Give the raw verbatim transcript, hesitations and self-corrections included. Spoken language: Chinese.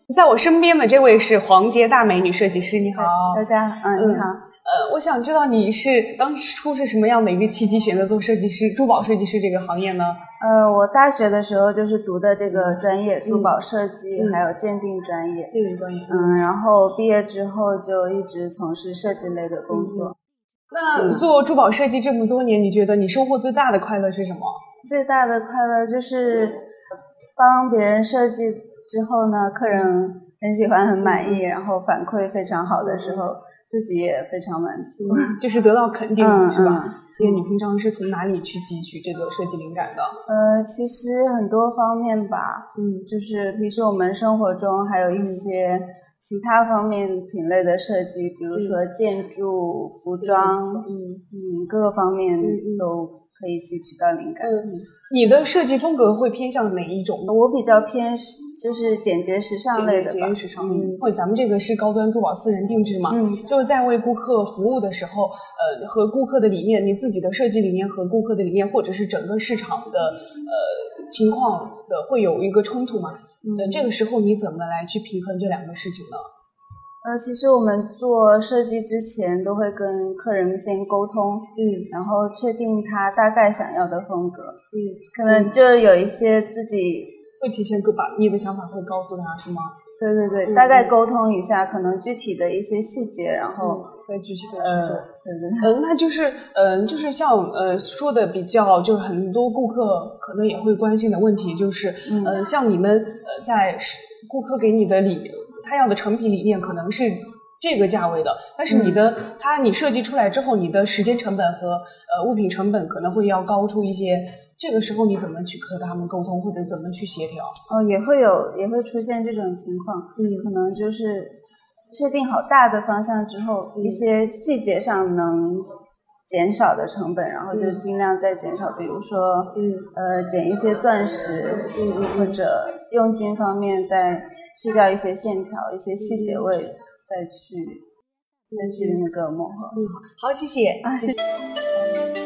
在我身边的这位是黄杰大美女设计师，你好。 大家，嗯，你好。 呃，我想知道你是当初是什么样的一个契机选择做设计师、珠宝设计师这个行业呢？ 呃，我大学的时候就是读的这个专业，嗯、珠宝设计、 嗯、 还有鉴定专业。 鉴定专业。 嗯，然后毕业之后就一直从事设计类的工作。 嗯、那做珠宝设计这么多年，你觉得你收获最大的快乐是什么？ 最大的快乐就是帮别人设计之后呢，客人很喜欢、很满意，然后反馈非常好的时候，自己也非常满足， 就是得到肯定， 嗯、 是吧？ 嗯因为你平常是从哪里去汲取这个设计灵感的？ 呃，其实很多方面吧，嗯，就是平时我们生活中还有一些其他方面品类的设计，比如说建筑、服装，嗯嗯，各个方面都可以汲取到灵感。 嗯，你的设计风格会偏向哪一种？ 我比较偏就是简洁时尚类的吧。 简洁时尚，嗯，因为咱们这个是高端珠宝私人定制嘛，嗯，就是在为顾客服务的时候，呃，和顾客的理念，你自己的设计理念和顾客的理念，或者是整个市场的呃情况的会有一个冲突嘛？嗯，呃，这个时候你怎么来去平衡这两个事情呢？ 呃，其实我们做设计之前都会跟客人先沟通，嗯，然后确定他大概想要的风格，嗯，可能就有一些自己会提前把你的想法会告诉他，是吗？ 对对对，嗯、大概沟通一下，可能具体的一些细节，然后、 嗯、再具体的去做。 呃、对对对， 嗯，那就是嗯、呃，就是像呃说的比较，就是很多顾客可能也会关心的问题，就是嗯、呃，像你们呃在顾客给你的理。他要的成品理念可能是这个价位的，但是你的、嗯、他你设计出来之后，你的时间成本和呃物品成本可能会要高出一些。这个时候你怎么去和他们沟通，或者怎么去协调？ 哦，也会有也会出现这种情况，嗯，可能就是确定好大的方向之后，嗯、一些细节上能减少的成本，然后就尽量再减少，嗯、比如说，嗯，呃，减一些钻石，嗯，或者用金方面再去掉一些线条、一些细节位，嗯、再去再去那个磨合。 嗯，好，谢谢啊，谢谢。